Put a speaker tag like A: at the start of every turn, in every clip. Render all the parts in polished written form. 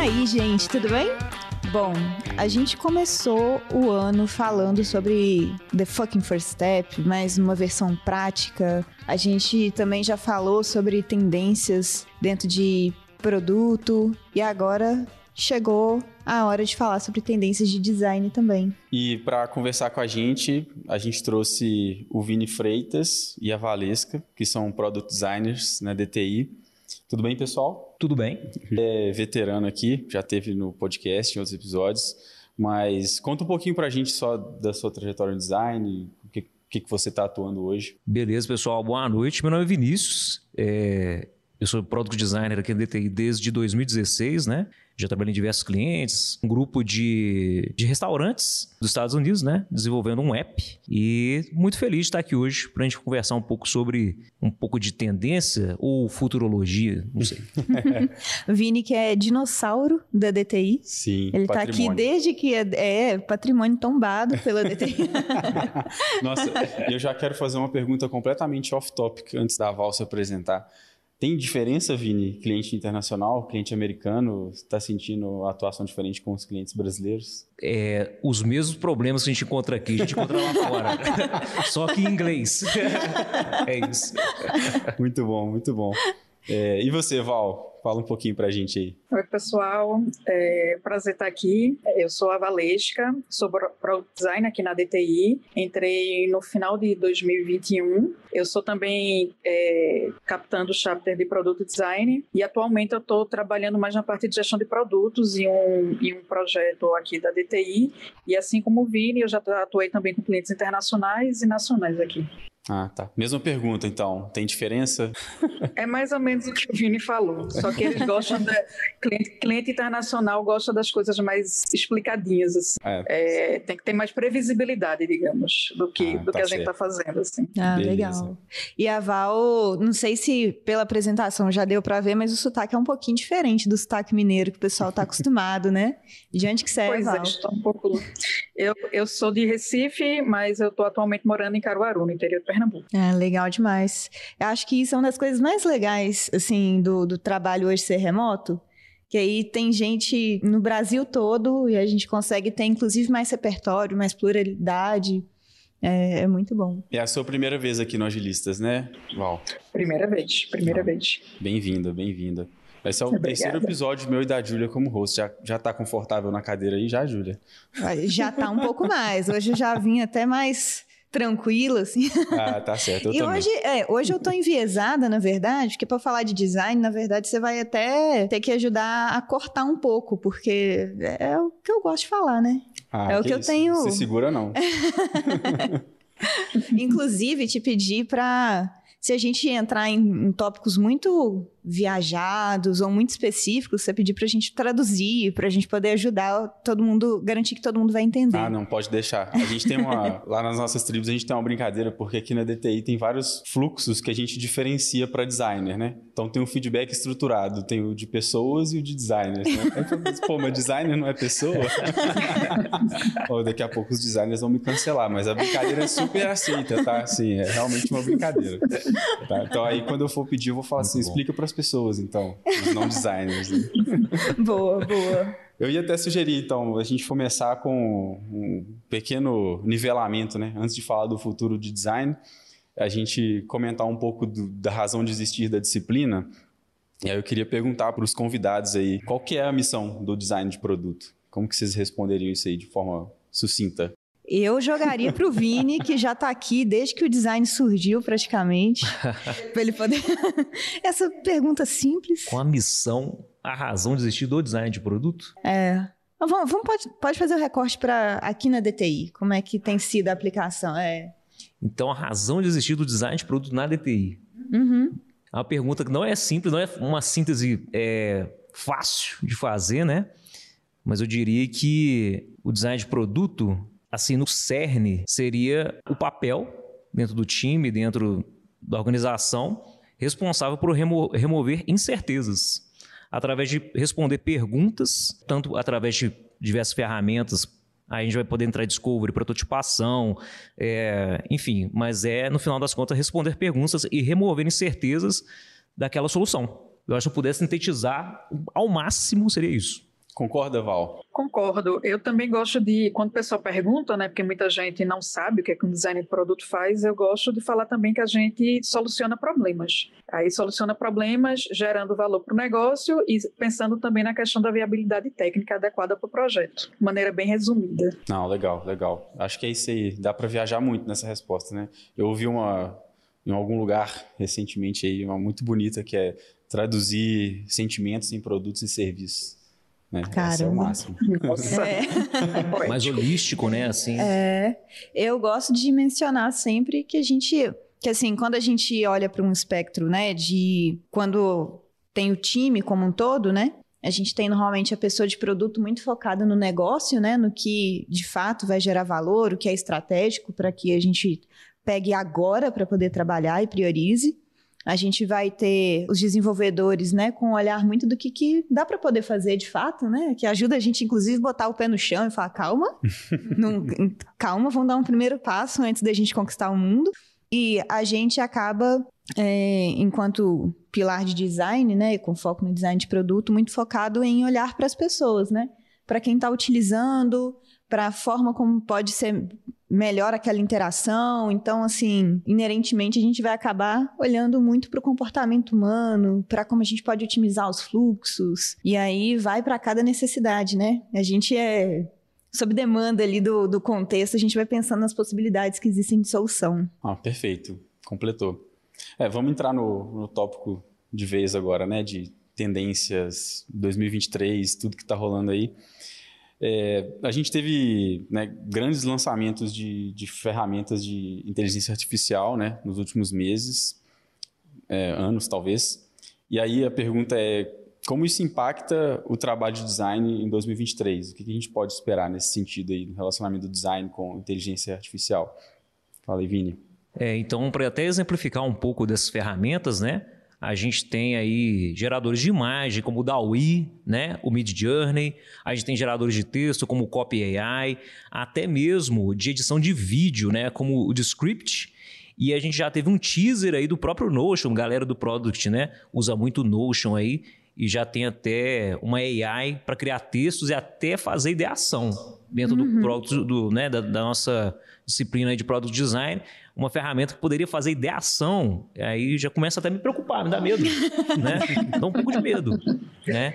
A: aí, gente, tudo bem? Bom, a gente começou o ano falando sobre The Fucking First Step, mas numa versão prática. A gente também já falou sobre tendências dentro de produto e agora chegou a hora de falar sobre tendências de design também.
B: E para conversar com a gente trouxe o Vini Freitas e a Valesca, que são product designers na DTI. Tudo bem, pessoal?
C: Tudo bem.
B: É veterano aqui, já teve no podcast em outros episódios, mas conta um pouquinho pra gente só da sua trajetória no design, o que você está atuando hoje.
C: Beleza, pessoal. Boa noite. Meu nome é Vinícius. Eu sou product designer aqui na DTI desde 2016, né? Já trabalhei em diversos clientes, um grupo de restaurantes dos Estados Unidos, né? Desenvolvendo um app. E muito feliz de estar aqui hoje para a gente conversar um pouco sobre um pouco de tendência ou futurologia, não sei.
A: Vini, que é dinossauro da DTI.
B: Sim,
A: ele está aqui desde que é patrimônio tombado pela DTI.
B: Nossa, eu já quero fazer uma pergunta completamente off-topic antes da Val se apresentar. Tem diferença, Vini, cliente internacional, cliente americano? Você está sentindo a atuação diferente com os clientes brasileiros?
C: Os mesmos problemas que a gente encontra aqui, a gente encontra lá fora. Só que em inglês. É isso.
B: Muito bom, muito bom. E você, Val? Fala um pouquinho pra gente aí.
D: Oi, pessoal. Prazer estar aqui. Eu sou a Valesca, sou Product Designer aqui na DTI. Entrei no final de 2021. Eu sou também capitã do chapter de Product Design e atualmente eu estou trabalhando mais na parte de gestão de produtos em um projeto aqui da DTI. E assim como o Vini, eu já atuei também com clientes internacionais e nacionais aqui.
B: Ah, tá. Mesma pergunta, então. Tem diferença?
D: É mais ou menos o que o Vini falou. Só que eles gostam cliente internacional gosta das coisas mais explicadinhas, assim. Tem que ter mais previsibilidade, digamos, do que a gente está fazendo, assim.
A: Ah, beleza. Legal. E a Val, não sei se pela apresentação já deu para ver, mas o sotaque é um pouquinho diferente do sotaque mineiro que o pessoal está acostumado, né? De onde que você é, Val?
D: Estou um pouco... Eu sou de Recife, mas eu estou atualmente morando em Caruaru, no interior de Pernambuco.
A: Legal demais. Eu acho que isso é uma das coisas mais legais, assim, do trabalho hoje ser remoto, que aí tem gente no Brasil todo e a gente consegue ter, inclusive, mais repertório, mais pluralidade. É muito bom. É
B: a sua primeira vez aqui no Agilistas, né, Val?
D: Primeira vez.
B: Bem-vinda. Esse é o terceiro episódio meu e da Júlia como host. Já tá confortável na cadeira aí, já, Júlia?
A: Já tá um pouco mais. Hoje eu já vim até mais tranquila, assim.
B: Ah, tá certo. Eu
A: e
B: também.
A: Hoje eu tô enviesada, na verdade, porque para falar de design, na verdade, você vai até ter que ajudar a cortar um pouco, porque é o que eu gosto de falar, né? É o que eu tenho...
B: Se segura, não.
A: Inclusive, te pedi para... Se a gente entrar em tópicos muito viajados ou muito específicos, você pedir pra gente traduzir, pra gente poder ajudar todo mundo, garantir que todo mundo vai entender.
B: Ah, não, pode deixar. A gente tem lá nas nossas tribos, a gente tem uma brincadeira, porque aqui na DTI tem vários fluxos que a gente diferencia para designer, né? Então tem um feedback estruturado, tem o de pessoas e o de designers, né? Pô, mas designer não é pessoa? Daqui a pouco os designers vão me cancelar, mas a brincadeira é super aceita, tá? Assim, é realmente uma brincadeira. Tá? Então aí quando eu for pedir, eu vou falar assim, explica para as pessoas, então, os não designers. Né?
A: Boa.
B: Eu ia até sugerir, então, a gente começar com um pequeno nivelamento, né? Antes de falar do futuro de design, a gente comentar um pouco da razão de existir da disciplina. E aí eu queria perguntar para os convidados aí, qual que é a missão do design de produto? Como que vocês responderiam isso aí de forma sucinta?
A: Eu jogaria pro Vini, que já tá aqui desde que o design surgiu praticamente, para ele poder... Essa pergunta simples.
C: Com a missão, a razão de existir do design de produto?
A: Pode fazer o recorte para aqui na DTI, como é que tem sido a aplicação?
C: Então, a razão de existir do design de produto na DTI.
A: Uhum.
C: É uma pergunta que não é simples, não é uma síntese fácil de fazer, né? Mas eu diria que o design de produto... assim, no cerne, seria o papel dentro do time, dentro da organização, responsável por remover incertezas, através de responder perguntas, tanto através de diversas ferramentas, aí a gente vai poder entrar em discovery, prototipação, enfim, mas no final das contas, responder perguntas e remover incertezas daquela solução. Eu acho que eu pudesse sintetizar, ao máximo, seria isso.
B: Concorda, Val?
D: Concordo. Eu também gosto de, quando o pessoal pergunta, né, porque muita gente não sabe o que é que um design de produto faz, eu gosto de falar também que a gente soluciona problemas. Aí soluciona problemas gerando valor para o negócio e pensando também na questão da viabilidade técnica adequada para o projeto, de maneira bem resumida.
B: Não, legal, legal. Acho que é isso aí. Dá para viajar muito nessa resposta, né? Eu ouvi em algum lugar recentemente aí, uma muito bonita, que é traduzir sentimentos em produtos e serviços. Né? Esse é o máximo.
D: Nossa.
C: Mais holístico, né? Assim.
A: Eu gosto de mencionar sempre que assim, quando a gente olha para um espectro, né, de quando tem o time como um todo, né, a gente tem normalmente a pessoa de produto muito focada no negócio, né, no que de fato vai gerar valor, o que é estratégico para que a gente pegue agora para poder trabalhar e priorize. A gente vai ter os desenvolvedores, né, com um olhar muito do que dá para poder fazer de fato, né, que ajuda a gente, inclusive, botar o pé no chão e falar, calma, calma, vamos dar um primeiro passo antes da gente conquistar o mundo. E a gente acaba, enquanto pilar de design, né, com foco no design de produto, muito focado em olhar para as pessoas, né, para quem está utilizando, para a forma como pode ser melhor aquela interação. Então, assim, inerentemente a gente vai acabar olhando muito para o comportamento humano, para como a gente pode otimizar os fluxos, e aí vai para cada necessidade, né? A gente sob demanda ali do contexto, a gente vai pensando nas possibilidades que existem de solução.
B: Perfeito, completou. Vamos entrar no tópico de vez agora, né, de tendências 2023, tudo que está rolando aí. A gente teve, né, grandes lançamentos de ferramentas de inteligência artificial, né, nos últimos meses, anos talvez. E aí a pergunta é, como isso impacta o trabalho de design em 2023? O que a gente pode esperar nesse sentido aí, no relacionamento do design com inteligência artificial? Fala aí, Vini.
C: Então, para até exemplificar um pouco dessas ferramentas, né? A gente tem aí geradores de imagem, como o DALL-E, né? O Midjourney. A gente tem geradores de texto, como o Copy AI. Até mesmo de edição de vídeo, né? Como o Descript. E a gente já teve um teaser aí do próprio Notion. Galera do Product, né? Usa muito o Notion aí. E já tem até uma AI para criar textos e até fazer ideação dentro do produto, né? da nossa disciplina de Product Design. Uma ferramenta que poderia fazer ideação, aí já começa até a me preocupar, me dá medo, né? Dá um pouco de medo, né?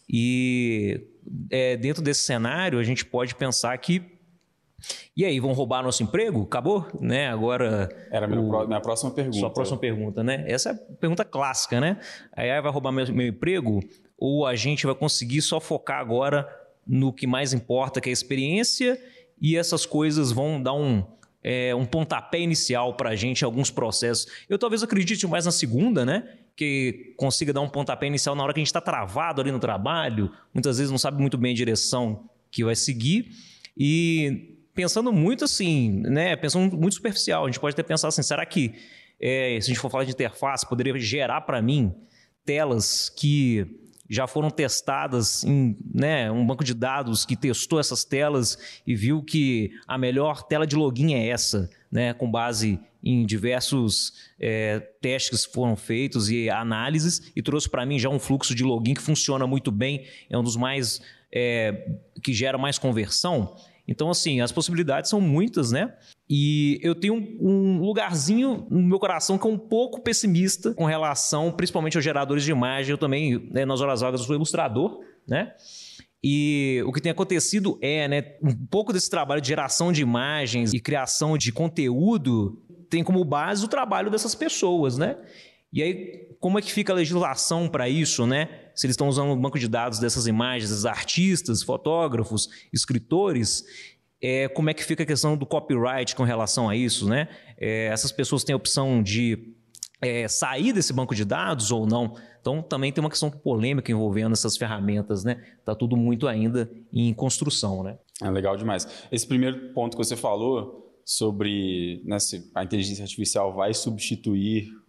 C: E dentro desse cenário, a gente pode pensar que e aí, vão roubar nosso emprego? Acabou? Né? Agora...
B: Era minha próxima pergunta.
C: Sua próxima pergunta, né? Essa é a pergunta clássica, né? A AI vai roubar meu emprego? Ou a gente vai conseguir só focar agora no que mais importa, que é a experiência, e essas coisas vão dar um pontapé inicial para a gente em alguns processos? Eu talvez acredite mais na segunda, né? Que consiga dar um pontapé inicial na hora que a gente está travado ali no trabalho, muitas vezes não sabe muito bem a direção que vai seguir, e pensando muito assim, né? Pensando muito superficial, a gente pode até pensar assim, será que, se a gente for falar de interface, poderia gerar para mim telas que já foram testadas em, né, um banco de dados que testou essas telas e viu que a melhor tela de login é essa, né, com base em diversos testes que foram feitos e análises, e trouxe para mim já um fluxo de login que funciona muito bem, é um dos mais que gera mais conversão. Então, assim, as possibilidades são muitas, né? E eu tenho um lugarzinho no meu coração que é um pouco pessimista com relação, principalmente aos geradores de imagem. Eu também, né, nas horas vagas, eu sou ilustrador, né? E o que tem acontecido né, um pouco desse trabalho de geração de imagens e criação de conteúdo tem como base o trabalho dessas pessoas, né? E aí, como é que fica a legislação para isso, né? Se eles estão usando o banco de dados dessas imagens, esses artistas, fotógrafos, escritores, como é que fica a questão do copyright com relação a isso, né? Essas pessoas têm a opção de sair desse banco de dados ou não? Então, também tem uma questão polêmica envolvendo essas ferramentas, né? Está tudo muito ainda em construção, né?
B: Legal demais. Esse primeiro ponto que você falou sobre, né, se a inteligência artificial vai substituir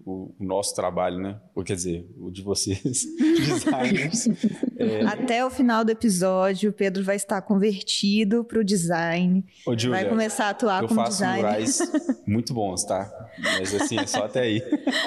B: o nosso trabalho, né? Ou quer dizer, o de vocês, designers.
A: Até o final do episódio, o Pedro vai estar convertido para o design.
B: Ô, Júlia,
A: vai começar a atuar como designer.
B: Eu faço murais muito bons, tá? Mas assim, é só até aí.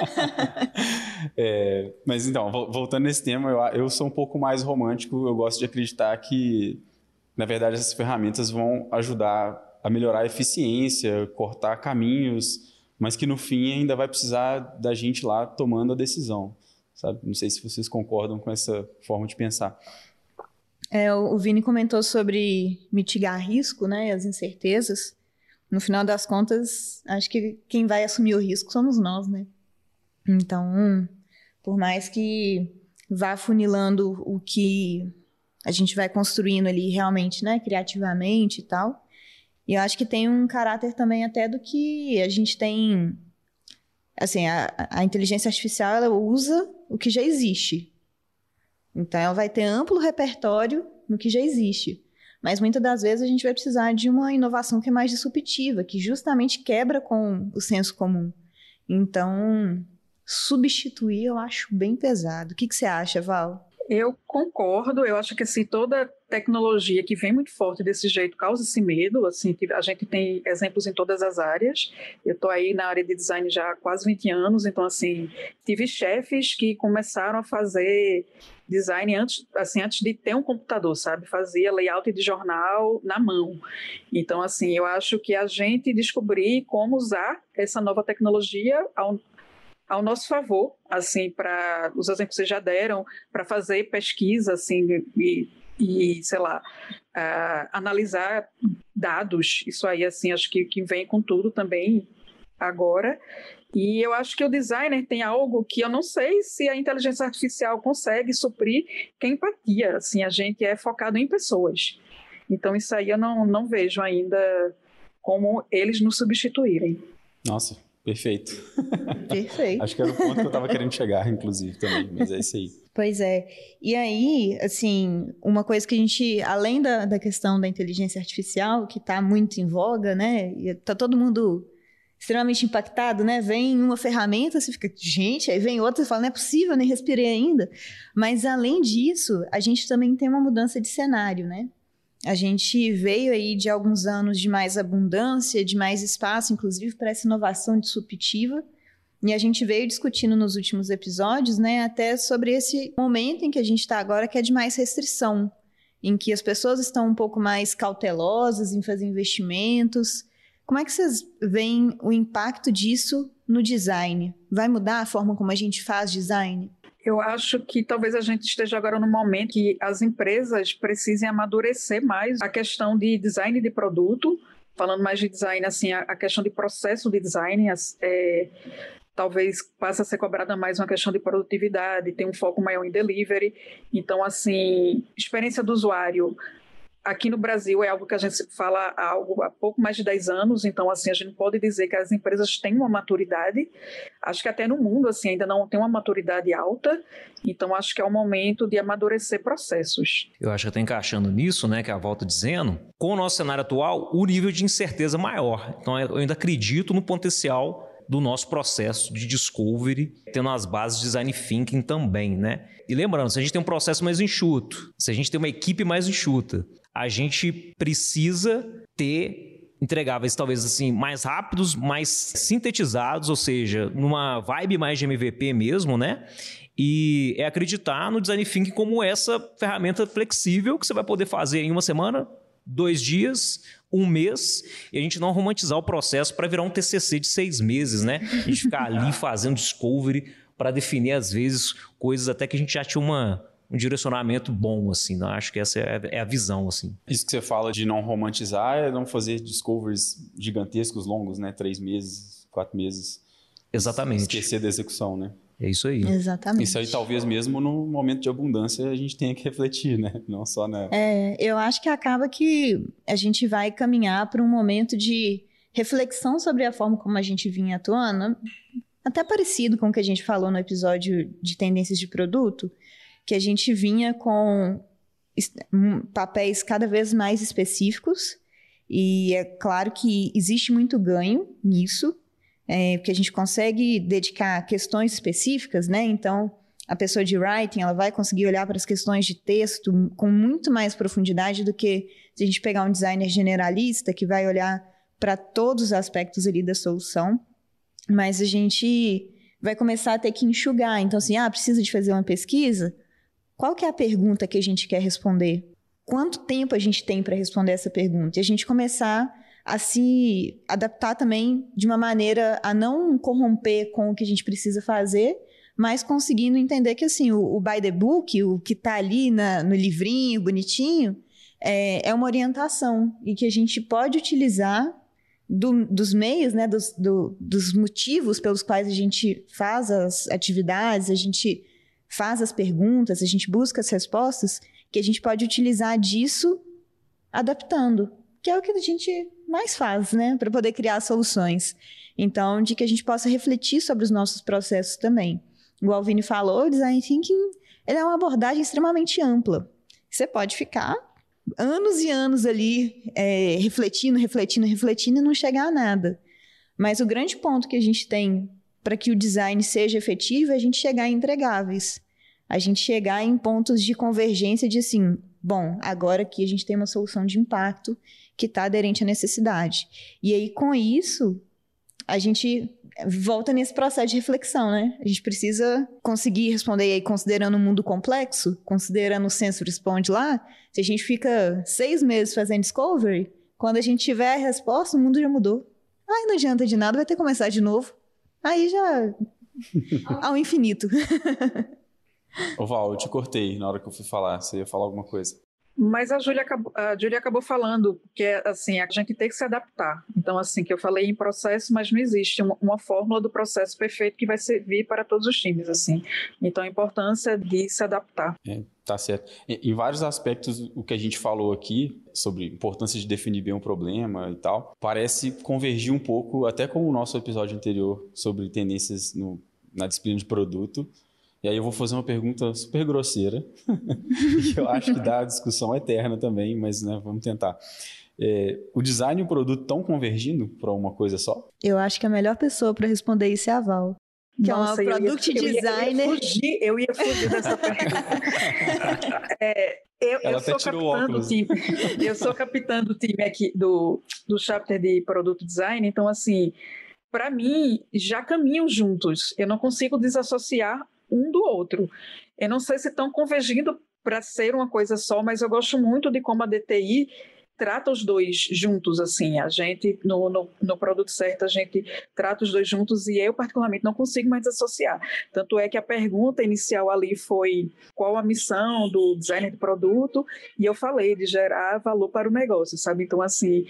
B: Mas então, voltando nesse tema, eu sou um pouco mais romântico. Eu gosto de acreditar que, na verdade, essas ferramentas vão ajudar a melhorar a eficiência, cortar caminhos, mas que no fim ainda vai precisar da gente lá tomando a decisão, sabe? Não sei se vocês concordam com essa forma de pensar.
A: O Vini comentou sobre mitigar risco, né, as incertezas. No final das contas, acho que quem vai assumir o risco somos nós, né? Então, por mais que vá afunilando o que a gente vai construindo ali realmente, né, criativamente e tal, e eu acho que tem um caráter também até do que a gente tem... Assim, a inteligência artificial, ela usa o que já existe. Então, ela vai ter amplo repertório no que já existe. Mas, muitas das vezes, a gente vai precisar de uma inovação que é mais disruptiva, que justamente quebra com o senso comum. Então, substituir eu acho bem pesado. O que você acha, Val?
D: Eu concordo, eu acho que assim, toda tecnologia que vem muito forte desse jeito causa esse medo, assim, a gente tem exemplos em todas as áreas. Eu estou aí na área de design já há quase 20 anos, então assim, tive chefes que começaram a fazer design antes de ter um computador, sabe? Fazia layout de jornal na mão. Então assim, eu acho que a gente descobrir como usar essa nova tecnologia ao nosso favor, assim, para os exemplos que vocês já deram, para fazer pesquisa, assim, e sei lá, analisar dados, isso aí, assim, acho que vem com tudo também agora. E eu acho que o designer tem algo que eu não sei se a inteligência artificial consegue suprir, que é empatia, assim, a gente é focado em pessoas. Então, isso aí eu não vejo ainda como eles nos substituírem.
B: Nossa, perfeito.
A: Perfeito.
B: Acho que era o ponto que eu estava querendo chegar, inclusive, também, mas é isso aí.
A: Pois é. E aí, assim, uma coisa que a gente, além da questão da inteligência artificial, que está muito em voga, né? E tá todo mundo extremamente impactado, né? Vem uma ferramenta, você fica, gente, aí vem outra, você fala, não é possível, nem respirei ainda. Mas, além disso, a gente também tem uma mudança de cenário, né? A gente veio aí de alguns anos de mais abundância, de mais espaço, inclusive para essa inovação disruptiva. E a gente veio discutindo nos últimos episódios, né, até sobre esse momento em que a gente está agora, que é de mais restrição, em que as pessoas estão um pouco mais cautelosas em fazer investimentos. Como é que vocês veem o impacto disso no design? Vai mudar a forma como a gente faz design?
D: Eu acho que talvez a gente esteja agora num momento que as empresas precisem amadurecer mais a questão de design de produto, falando mais de design, assim, a questão de processo de design, talvez passe a ser cobrada mais uma questão de produtividade, tem um foco maior em delivery. Então, assim, experiência do usuário aqui no Brasil é algo que a gente fala há pouco mais de 10 anos, então assim, a gente pode dizer que as empresas têm uma maturidade, acho que até no mundo assim, ainda não tem uma maturidade alta, então acho que é o momento de amadurecer processos.
C: Eu acho que está encaixando nisso, né, que a Val está dizendo, com o nosso cenário atual, o nível de incerteza maior, então eu ainda acredito no potencial do nosso processo de discovery, tendo as bases de design thinking também, né? E lembrando, se a gente tem um processo mais enxuto, se a gente tem uma equipe mais enxuta, a gente precisa ter entregáveis talvez assim mais rápidos, mais sintetizados, ou seja, numa vibe mais de MVP mesmo, né? E é acreditar no design thinking como essa ferramenta flexível que você vai poder fazer em uma semana, 2 dias, 1 mês, e a gente não romantizar o processo para virar um TCC de 6 meses, né? A gente ficar ali fazendo discovery para definir, às vezes, coisas até que a gente já tinha um direcionamento bom, assim, né? Acho que essa é a visão, assim.
B: Isso que você fala de não romantizar é não fazer discoveries gigantescos, longos, né? 3 meses, 4 meses.
C: Exatamente.
B: Esquecer da execução, né?
C: É isso aí.
A: Exatamente.
B: Isso aí talvez mesmo no momento de abundância a gente tenha que refletir, né? Não só na...
A: Eu acho que acaba que a gente vai caminhar para um momento de reflexão sobre a forma como a gente vinha atuando, até parecido com o que a gente falou no episódio de tendências de produto, que a gente vinha com papéis cada vez mais específicos, e é claro que existe muito ganho nisso. porque a gente consegue dedicar questões específicas, né? Então, a pessoa de writing, ela vai conseguir olhar para as questões de texto com muito mais profundidade do que se a gente pegar um designer generalista que vai olhar para todos os aspectos ali da solução. Mas a gente vai começar a ter que enxugar. Então, assim, precisa de fazer uma pesquisa? Qual que é a pergunta que a gente quer responder? Quanto tempo a gente tem para responder essa pergunta? E a gente começar a se adaptar também de uma maneira a não corromper com o que a gente precisa fazer, mas conseguindo entender que, assim, o by the book, o que está ali no livrinho, bonitinho, é uma orientação e que a gente pode utilizar dos meios, né, dos motivos pelos quais a gente faz as atividades, a gente faz as perguntas, a gente busca as respostas, que a gente pode utilizar disso adaptando, que é o que a gente mais faz, né, para poder criar soluções. Então, de que a gente possa refletir sobre os nossos processos também. Igual o Vini falou, o Design Thinking ele é uma abordagem extremamente ampla. Você pode ficar anos e anos ali refletindo e não chegar a nada. Mas o grande ponto que a gente tem para que o design seja efetivo é a gente chegar em entregáveis. A gente chegar em pontos de convergência de assim, bom, agora aqui a gente tem uma solução de impacto que está aderente à necessidade. E aí, com isso, a gente volta nesse processo de reflexão, né? A gente precisa conseguir responder aí considerando um mundo complexo, considerando o Sense Responde lá. Se a gente fica 6 meses fazendo discovery, quando a gente tiver a resposta, o mundo já mudou. Aí não adianta de nada, vai ter que começar de novo. Aí já ao infinito.
B: Ô Val, eu te cortei na hora que eu fui falar. Você ia falar alguma coisa?
D: Mas a Júlia acabou falando que assim, a gente tem que se adaptar. Então, assim, que eu falei em processo, mas não existe uma fórmula do processo perfeito que vai servir para todos os times, assim. Então, a importância de se adaptar.
B: Tá certo. Em vários aspectos, o que a gente falou aqui sobre a importância de definir bem um problema e tal, parece convergir um pouco, até com o nosso episódio anterior sobre tendências na disciplina de produto. E aí eu vou fazer uma pergunta super grosseira, que eu acho que dá discussão eterna também, mas né, vamos tentar. O design e o produto estão convergindo para uma coisa só?
A: Eu acho que a melhor pessoa para responder isso é a Val. Que
D: Nossa,
A: é uma product designer.
D: Eu ia fugir dessa pergunta. Eu sou capitã do time. Eu sou capitã do time aqui do chapter de produto design, então assim, para mim já caminham juntos. Eu não consigo desassociar um do outro. Eu não sei se estão convergindo para ser uma coisa só, mas eu gosto muito de como a DTI trata os dois juntos, assim. A gente, no produto certo, a gente trata os dois juntos e eu, particularmente, não consigo mais desassociar. Tanto é que a pergunta inicial ali foi qual a missão do designer de produto, e eu falei de gerar valor para o negócio, sabe? Então, assim,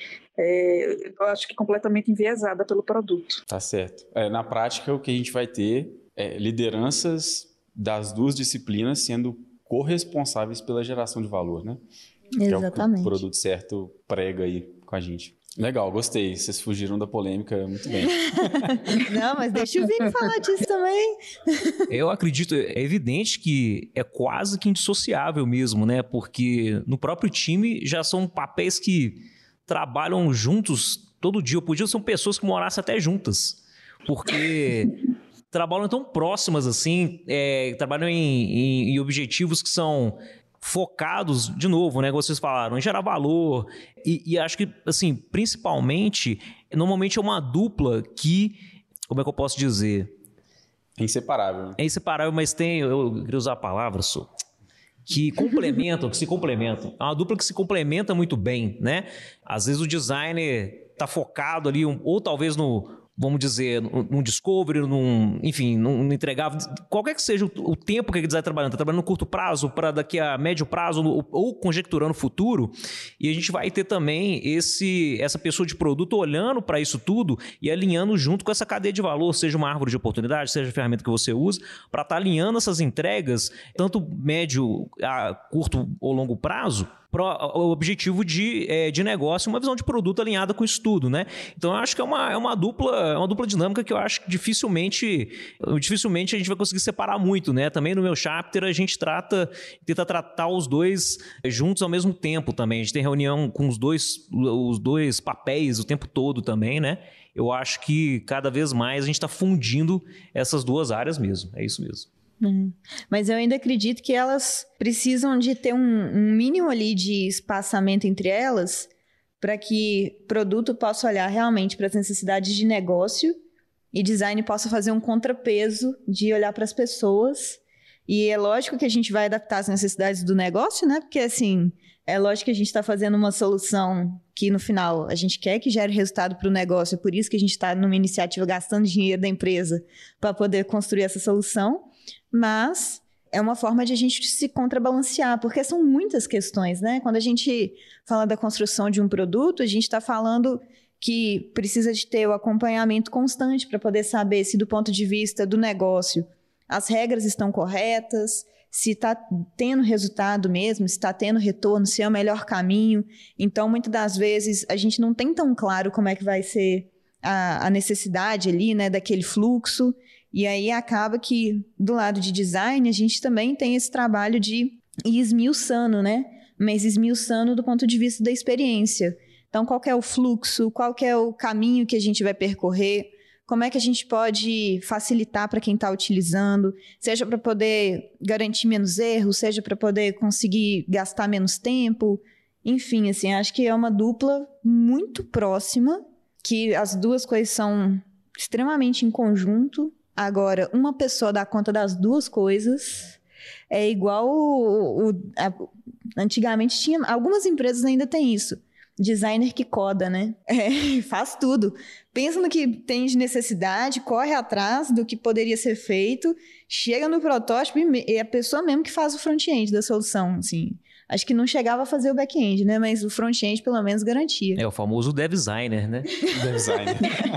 D: eu acho que completamente enviesada pelo produto.
B: Tá certo. Na prática, o que a gente vai ter lideranças das duas disciplinas sendo corresponsáveis pela geração de valor, né?
A: Exatamente.
B: Que é o que o produto certo prega aí com a gente. Legal, gostei. Vocês fugiram da polêmica muito bem.
A: Não, mas deixa o Vini falar disso também.
C: Eu acredito, é evidente que é quase que indissociável mesmo, né? Porque no próprio time já são papéis que trabalham juntos todo dia. Podiam ser pessoas que morassem até juntas. Porque trabalham tão próximas assim, trabalham em objetivos que são focados, de novo, né, vocês falaram, em gerar valor, e acho que, assim, principalmente, normalmente é uma dupla que, como é que eu posso dizer?
B: É inseparável.
C: É inseparável, mas eu queria usar a palavra, que complementam, que se complementam. É uma dupla que se complementa muito bem, né? Às vezes o designer está focado ali, ou talvez vamos dizer, num discovery, enfim, num entregável, qualquer que seja o tempo que ele está trabalhando. Está trabalhando no curto prazo, para daqui a médio prazo, ou conjecturando o futuro, e a gente vai ter também essa pessoa de produto olhando para isso tudo e alinhando junto com essa cadeia de valor, seja uma árvore de oportunidade, seja a ferramenta que você usa, para estar alinhando essas entregas, tanto médio, a curto ou longo prazo, para o objetivo de negócio, uma visão de produto alinhada com isso tudo, né? Então, eu acho que é uma dupla dinâmica que eu acho que dificilmente a gente vai conseguir separar muito, né? Também no meu chapter a gente tenta tratar os dois juntos ao mesmo tempo também. A gente tem reunião com os dois papéis o tempo todo também, né? Eu acho que cada vez mais a gente está fundindo essas duas áreas mesmo. É isso mesmo.
A: Mas eu ainda acredito que elas precisam de ter um mínimo ali de espaçamento entre elas para que produto possa olhar realmente para as necessidades de negócio e design possa fazer um contrapeso de olhar para as pessoas. E é lógico que a gente vai adaptar as necessidades do negócio, né? Porque, assim, é lógico que a gente está fazendo uma solução que, no final, a gente quer que gere resultado para o negócio. É por isso que a gente está numa iniciativa gastando dinheiro da empresa para poder construir essa solução. Mas é uma forma de a gente se contrabalancear, porque são muitas questões, né? Quando a gente fala da construção de um produto, a gente está falando que precisa de ter o acompanhamento constante para poder saber se, do ponto de vista do negócio, as regras estão corretas, se está tendo resultado mesmo, se está tendo retorno, se é o melhor caminho. Então, muitas das vezes, a gente não tem tão claro como é que vai ser a necessidade ali, né, daquele fluxo. E aí acaba que, do lado de design, a gente também tem esse trabalho de ir esmiuçando, né? Mas esmiuçando do ponto de vista da experiência. Então, qual que é o fluxo? Qual que é o caminho que a gente vai percorrer? Como é que a gente pode facilitar para quem está utilizando? Seja para poder garantir menos erros, seja para poder conseguir gastar menos tempo. Enfim, assim, acho que é uma dupla muito próxima, que as duas coisas são extremamente em conjunto. Agora, uma pessoa dá conta das duas coisas é igual antigamente tinha, algumas empresas ainda têm isso, designer que coda, né? Faz tudo. Pensa no que tem de necessidade, corre atrás do que poderia ser feito, chega no protótipo e é a pessoa mesmo que faz o front-end da solução, assim. Acho que não chegava a fazer o back-end, né? Mas o front-end, pelo menos, garantia.
C: É o famoso dev-designer, né?
B: Designer.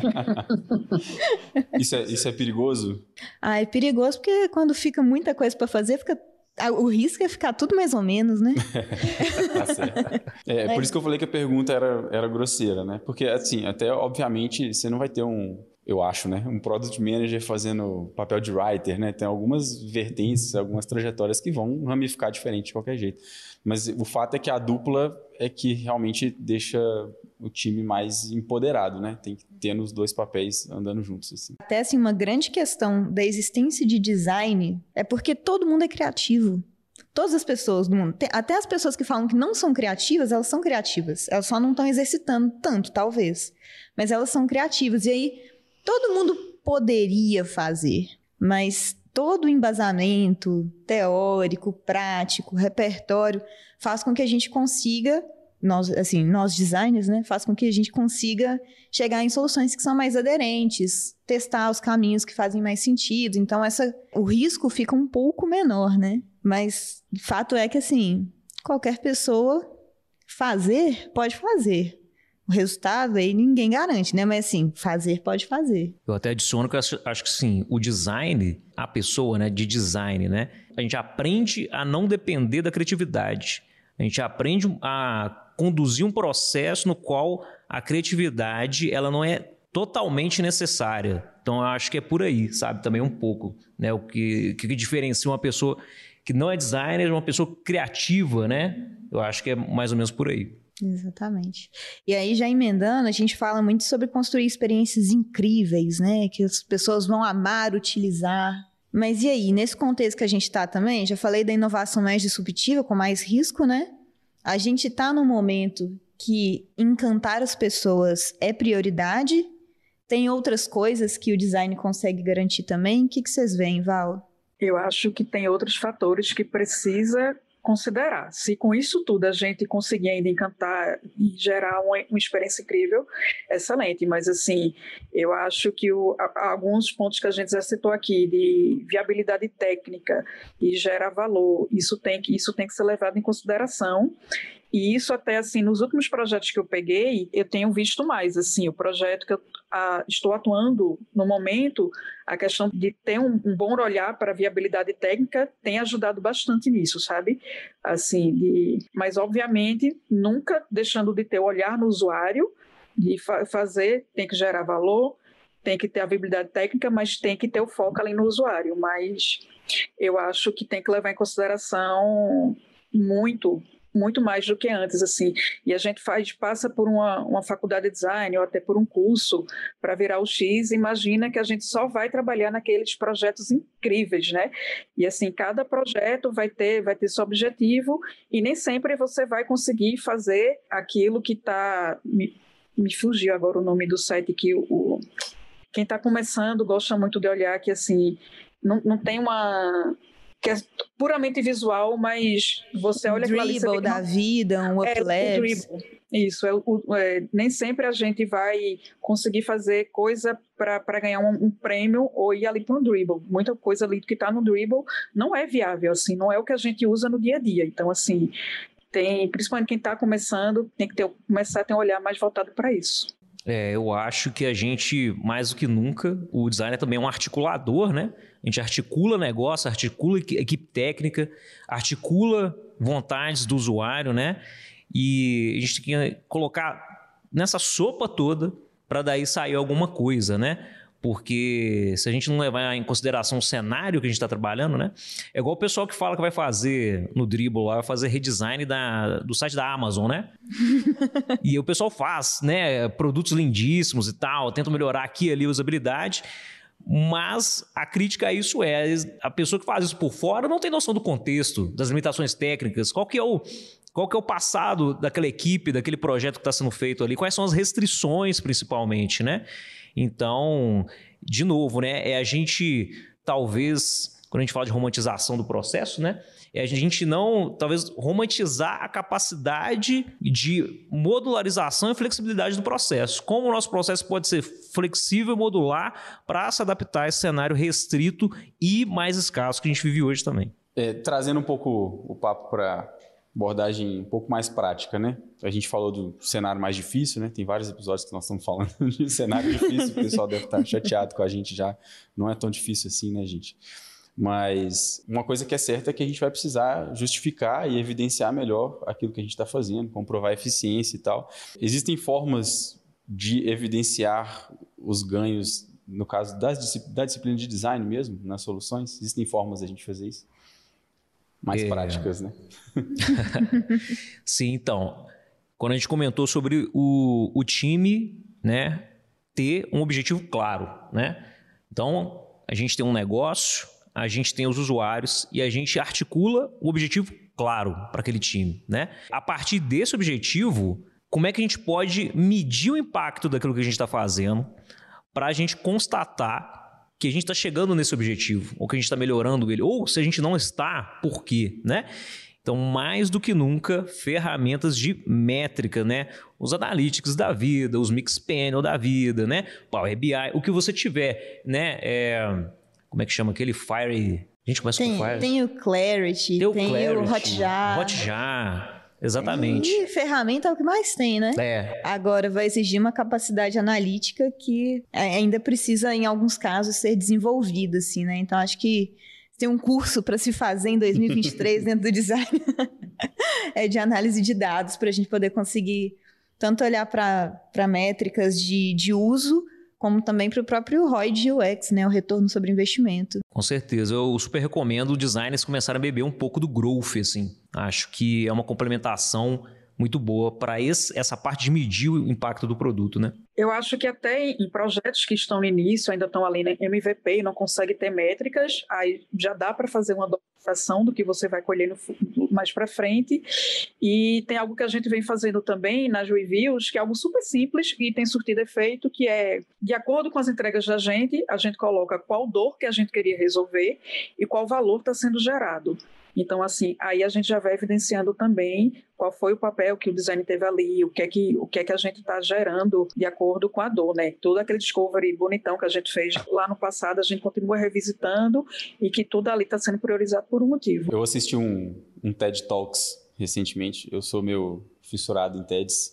B: Isso é perigoso?
A: É perigoso porque quando fica muita coisa para fazer, o risco é ficar tudo mais ou menos, né?
B: Tá certo. Por isso que eu falei que a pergunta era grosseira, né? Porque, assim, até, obviamente, você não vai ter eu acho, né? Um Product Manager fazendo papel de writer, né? Tem algumas vertentes, algumas trajetórias que vão ramificar diferente de qualquer jeito. Mas o fato é que a dupla é que realmente deixa o time mais empoderado, né? Tem que ter os dois papéis andando juntos, assim.
A: Até, assim, uma grande questão da existência de design é porque todo mundo é criativo. Todas as pessoas do mundo, até as pessoas que falam que não são criativas, elas são criativas. Elas só não estão exercitando tanto, talvez. Mas elas são criativas. E aí, todo mundo poderia fazer, mas todo o embasamento teórico, prático, repertório, faz com que a gente consiga, nós designers, né, faz com que a gente consiga chegar em soluções que são mais aderentes, testar os caminhos que fazem mais sentido. Então, o risco fica um pouco menor, né? Mas o fato é que, assim, qualquer pessoa pode fazer. O resultado aí ninguém garante, né? Mas assim, fazer pode fazer.
C: Eu até adiciono que eu acho que sim, o design, a pessoa, né, de design, né? A gente aprende a não depender da criatividade. A gente aprende a conduzir um processo no qual a criatividade ela não é totalmente necessária. Então eu acho que é por aí, sabe? Também um pouco, né? O que diferencia uma pessoa que não é designer de uma pessoa criativa, né? Eu acho que é mais ou menos por aí.
A: Exatamente. E aí, já emendando, a gente fala muito sobre construir experiências incríveis, né? Que as pessoas vão amar utilizar. Mas e aí, nesse contexto que a gente está também, já falei da inovação mais disruptiva, com mais risco, né? A gente está num momento que encantar as pessoas é prioridade. Tem outras coisas que o design consegue garantir também. O que vocês veem, Val?
D: Eu acho que tem outros fatores que precisa considerar. Se com isso tudo a gente conseguir ainda encantar e gerar uma experiência incrível, excelente. Mas, assim, eu acho que alguns pontos que a gente já citou aqui, de viabilidade técnica e gerar valor, isso tem que ser levado em consideração. E isso até, assim, nos últimos projetos que eu peguei, eu tenho visto mais, assim, o projeto que eu estou atuando no momento, a questão de ter um bom olhar para a viabilidade técnica tem ajudado bastante nisso, sabe? Assim, mas, obviamente, nunca deixando de ter o olhar no usuário, de fazer, tem que gerar valor, tem que ter a viabilidade técnica, mas tem que ter o foco ali no usuário. Mas eu acho que tem que levar em consideração muito mais do que antes, assim. E a gente passa por uma faculdade de design ou até por um curso para virar o X, imagina que a gente só vai trabalhar naqueles projetos incríveis, né? E assim, cada projeto vai ter seu objetivo e nem sempre você vai conseguir fazer aquilo que está... Me fugiu agora o nome do site que quem está começando gosta muito de olhar que assim, não tem que é puramente visual, mas você olha aquilo ali...
A: Dribble da vida, um UpLabs.
D: Isso, nem sempre a gente vai conseguir fazer coisa para ganhar um prêmio ou ir ali para um Dribble. Muita coisa ali que está no Dribble não é viável, assim, não é o que a gente usa no dia a dia. Então, assim, principalmente quem está começando, tem que começar a ter um olhar mais voltado para isso.
C: Eu acho que a gente, mais do que nunca, o designer também é um articulador, né? A gente articula negócio, articula equipe técnica, articula vontades do usuário, né? E a gente tem que colocar nessa sopa toda para daí sair alguma coisa, né? Porque se a gente não levar em consideração o cenário que a gente está trabalhando, né? É igual o pessoal que fala que vai fazer no Dribble, vai fazer redesign do site da Amazon, né? E o pessoal faz, né? Produtos lindíssimos e tal, tenta melhorar aqui e ali a usabilidade, mas a crítica a isso a pessoa que faz isso por fora não tem noção do contexto, das limitações técnicas, qual que é o passado daquela equipe, daquele projeto que está sendo feito ali, quais são as restrições principalmente, né? Então, de novo, né? A gente, talvez, quando a gente fala de romantização do processo, né? A gente não, talvez, romantizar a capacidade de modularização e flexibilidade do processo. Como o nosso processo pode ser flexível e modular para se adaptar a esse cenário restrito e mais escasso que a gente vive hoje também.
B: Trazendo um pouco o papo para abordagem um pouco mais prática, né? A gente falou do cenário mais difícil, né? Tem vários episódios que nós estamos falando de cenário difícil, o pessoal deve estar chateado com a gente já. Não é tão difícil assim, né, gente? Mas uma coisa que é certa é que a gente vai precisar justificar e evidenciar melhor aquilo que a gente está fazendo, comprovar a eficiência e tal. Existem formas de evidenciar os ganhos, no caso da disciplina de design mesmo, nas soluções? Existem formas de a gente fazer isso? Mais práticas, né?
C: Sim, então, quando a gente comentou sobre o time, né, ter um objetivo claro, né? Então, a gente tem um negócio, a gente tem os usuários e a gente articula o objetivo claro para aquele time, né? A partir desse objetivo, como é que a gente pode medir o impacto daquilo que a gente está fazendo para a gente constatar que a gente está chegando nesse objetivo, ou que a gente está melhorando ele, ou se a gente não está, por quê, né? Então, mais do que nunca, ferramentas de métrica, né? Os analytics da vida, os Mixpanel da vida, né? Power BI, o que você tiver, né? Como é que chama aquele Fire? A gente começa com Fire.
A: Tem o Clarity, tem o Hotjar.
C: Hotjar. Exatamente.
A: E ferramenta é o que mais tem, né? Agora vai exigir uma capacidade analítica que ainda precisa, em alguns casos, ser desenvolvida, assim, né? Então, acho que tem um curso para se fazer em 2023 dentro do design de análise de dados, para a gente poder conseguir tanto olhar para métricas de uso, como também para o próprio ROI de UX, né? O retorno sobre investimento.
C: Com certeza. Eu super recomendo designers começarem a beber um pouco do growth, assim. Acho que é uma complementação muito boa para essa parte de medir o impacto do produto, né?
D: Eu acho que até em projetos que estão no início, ainda estão ali na MVP e não conseguem ter métricas, aí já dá para fazer uma documentação do que você vai colher mais para frente. E tem algo que a gente vem fazendo também nas reviews, que é algo super simples e tem surtido efeito, que é, de acordo com as entregas da gente, a gente coloca qual dor que a gente queria resolver e qual valor está sendo gerado. Então, assim, aí a gente já vai evidenciando também qual foi o papel que o design teve ali, o que é que a gente está gerando de acordo com a dor, né? Todo aquele discovery bonitão que a gente fez lá no passado, a gente continua revisitando e que tudo ali está sendo priorizado por um motivo.
B: Eu assisti um TED Talks recentemente. Eu sou meio fissurado em TEDs.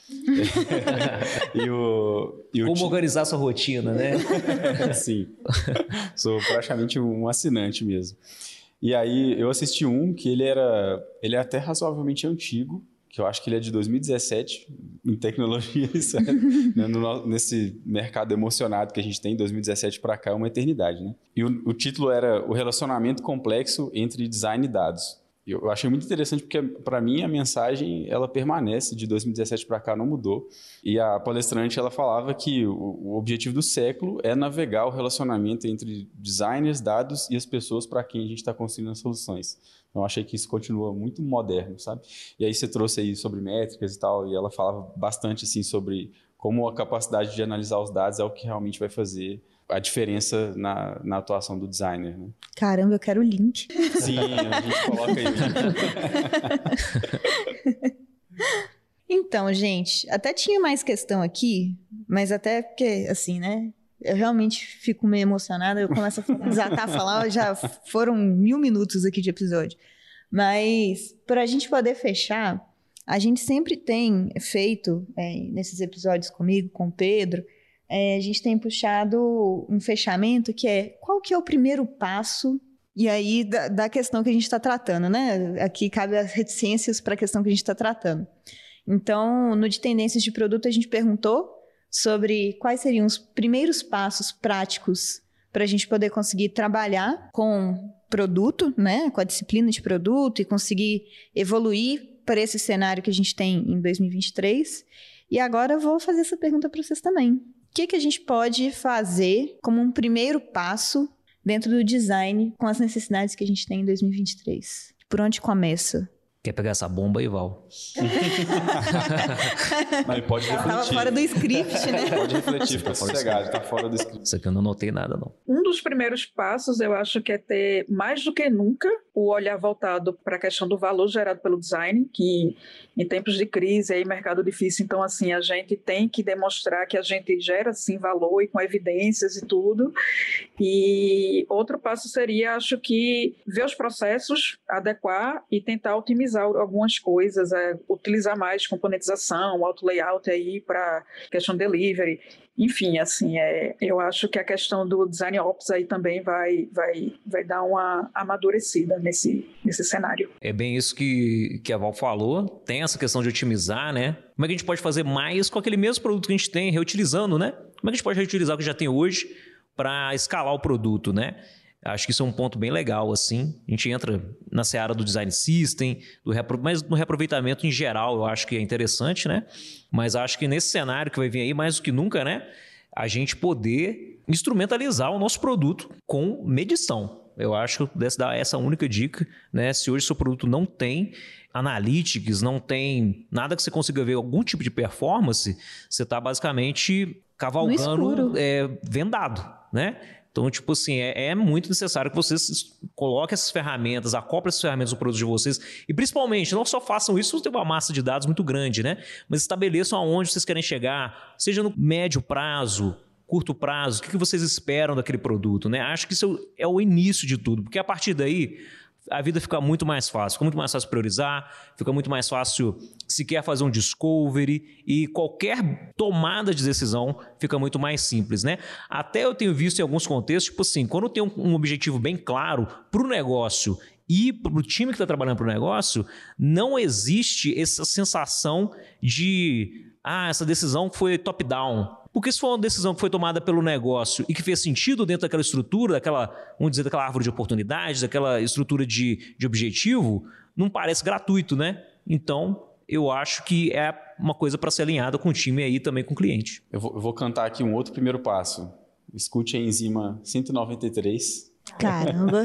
C: Como organizar sua rotina, né?
B: Sim, sou praticamente um assinante mesmo. E aí eu assisti um que ele é até razoavelmente antigo, que eu acho que ele é de 2017, em tecnologia, isso é, né, nesse mercado emocionado que a gente tem, 2017 para cá é uma eternidade, né? E o título era O Relacionamento Complexo entre Design e Dados. Eu achei muito interessante porque, para mim, a mensagem ela permanece, de 2017 para cá não mudou. E a palestrante ela falava que o objetivo do século é navegar o relacionamento entre designers, dados e as pessoas para quem a gente está construindo as soluções. Então, eu achei que isso continua muito moderno, sabe? E aí você trouxe aí sobre métricas e tal, e ela falava bastante assim, sobre como a capacidade de analisar os dados é o que realmente vai fazer a diferença na atuação do designer, né?
A: Caramba, eu quero o link.
B: Sim, a gente coloca aí o link.
A: Então, gente, até tinha mais questão aqui, mas até porque, assim, né? Eu realmente fico meio emocionada, eu começo a desatar a falar, já foram 1000 minutos aqui de episódio. Mas, para a gente poder fechar, a gente sempre tem feito, nesses episódios comigo, com o Pedro, a gente tem puxado um fechamento que é qual que é o primeiro passo, e aí da questão que a gente está tratando, né? Aqui cabe as reticências para a questão que a gente está tratando. Então, no de tendências de produto, a gente perguntou sobre quais seriam os primeiros passos práticos para a gente poder conseguir trabalhar com produto, né? Com a disciplina de produto e conseguir evoluir para esse cenário que a gente tem em 2023. E agora eu vou fazer essa pergunta para vocês também. O que a gente pode fazer como um primeiro passo dentro do design com as necessidades que a gente tem em 2023? Por onde começa?
C: Quer pegar essa bomba aí, Val?
B: Mas pode refletir.
A: Tava fora do script, né?
B: Pode refletir, fica sossegado, tá fora do script.
C: Isso aqui eu não notei nada, não.
D: Um dos primeiros passos, eu acho que é ter, mais do que nunca, o olhar voltado para a questão do valor gerado pelo design, que em tempos de crise, aí mercado difícil, então assim, a gente tem que demonstrar que a gente gera sim valor e com evidências e tudo. E outro passo seria, acho que, ver os processos, adequar e tentar otimizar algumas coisas, utilizar mais componentização, auto layout aí para questão de delivery. Enfim, assim, eu acho que a questão do design ops aí também vai dar uma amadurecida nesse cenário.
C: É bem isso que a Val falou. Tem essa questão de otimizar, né? Como é que a gente pode fazer mais com aquele mesmo produto que a gente tem, reutilizando, né? Como é que a gente pode reutilizar o que já tem hoje para escalar o produto, né? Acho que isso é um ponto bem legal, assim. A gente entra na seara do design system, mas no reaproveitamento em geral eu acho que é interessante, né? Mas acho que nesse cenário que vai vir aí, mais do que nunca, né? A gente poder instrumentalizar o nosso produto com medição. Eu acho que eu pudesse dar essa única dica, né? Se hoje o seu produto não tem analytics, não tem nada que você consiga ver algum tipo de performance, você está basicamente cavalgando vendado, né? Então, tipo assim, é muito necessário que vocês coloquem essas ferramentas, acoplem essas ferramentas no produto de vocês e, principalmente, não só façam isso se tem uma massa de dados muito grande, né? Mas estabeleçam aonde vocês querem chegar, seja no médio prazo, curto prazo, o que vocês esperam daquele produto, né? Acho que isso é o início de tudo, porque a partir daí a vida fica muito mais fácil. Fica muito mais fácil priorizar, fica muito mais fácil se quer fazer um discovery e qualquer tomada de decisão fica muito mais simples, né? Até eu tenho visto em alguns contextos, tipo assim, quando tem um objetivo bem claro para o negócio e para o time que está trabalhando para o negócio, não existe essa sensação de essa decisão foi top-down. Porque se for uma decisão que foi tomada pelo negócio e que fez sentido dentro daquela estrutura, daquela árvore de oportunidades, daquela estrutura de objetivo, não parece gratuito, né? Então, eu acho que é uma coisa para ser alinhada com o time e aí também com o cliente.
B: Eu vou cantar aqui um outro primeiro passo. Escute a enzima 193.
A: Caramba!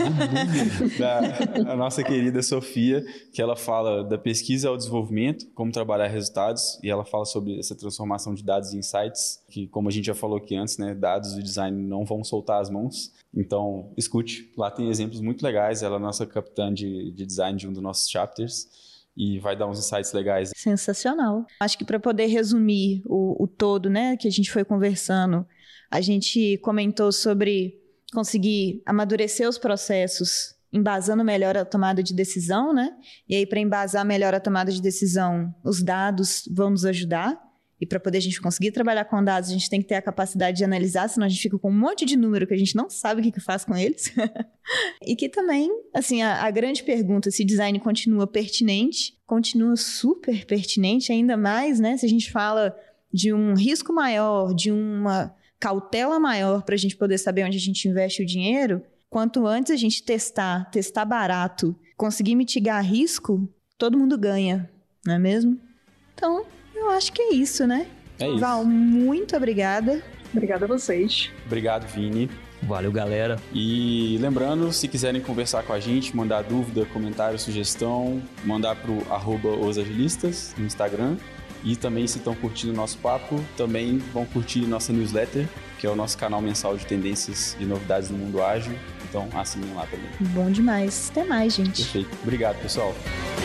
B: da nossa querida Sofia, que ela fala da pesquisa ao desenvolvimento, como trabalhar resultados, e ela fala sobre essa transformação de dados em insights, que como a gente já falou aqui antes, né, dados do design não vão soltar as mãos, então escute, lá tem exemplos muito legais, ela é a nossa capitã de design de um dos nossos chapters, e vai dar uns insights legais.
A: Sensacional. Acho que para poder resumir o todo, né, que a gente foi conversando, a gente comentou sobre conseguir amadurecer os processos embasando melhor a tomada de decisão, né? E aí, para embasar melhor a tomada de decisão, os dados vão nos ajudar. E para poder a gente conseguir trabalhar com dados, a gente tem que ter a capacidade de analisar, senão a gente fica com um monte de número que a gente não sabe o que faz com eles. E que também, assim, a grande pergunta, se design continua pertinente, continua super pertinente, ainda mais, né? Se a gente fala de um risco maior, de uma cautela maior para a gente poder saber onde a gente investe o dinheiro, quanto antes a gente testar barato, conseguir mitigar risco, todo mundo ganha, não é mesmo? Então, eu acho que é isso, né?
B: É isso.
A: Val, muito obrigada.
D: Obrigada a vocês.
B: Obrigado, Vini.
C: Valeu, galera.
B: E lembrando, se quiserem conversar com a gente, mandar dúvida, comentário, sugestão, mandar pro @osagilistas no Instagram. E também, se estão curtindo o nosso papo, também vão curtir nossa newsletter, que é o nosso canal mensal de tendências e novidades no mundo ágil. Então, assinem lá também.
A: Bom demais. Até mais, gente.
B: Perfeito. Obrigado, pessoal.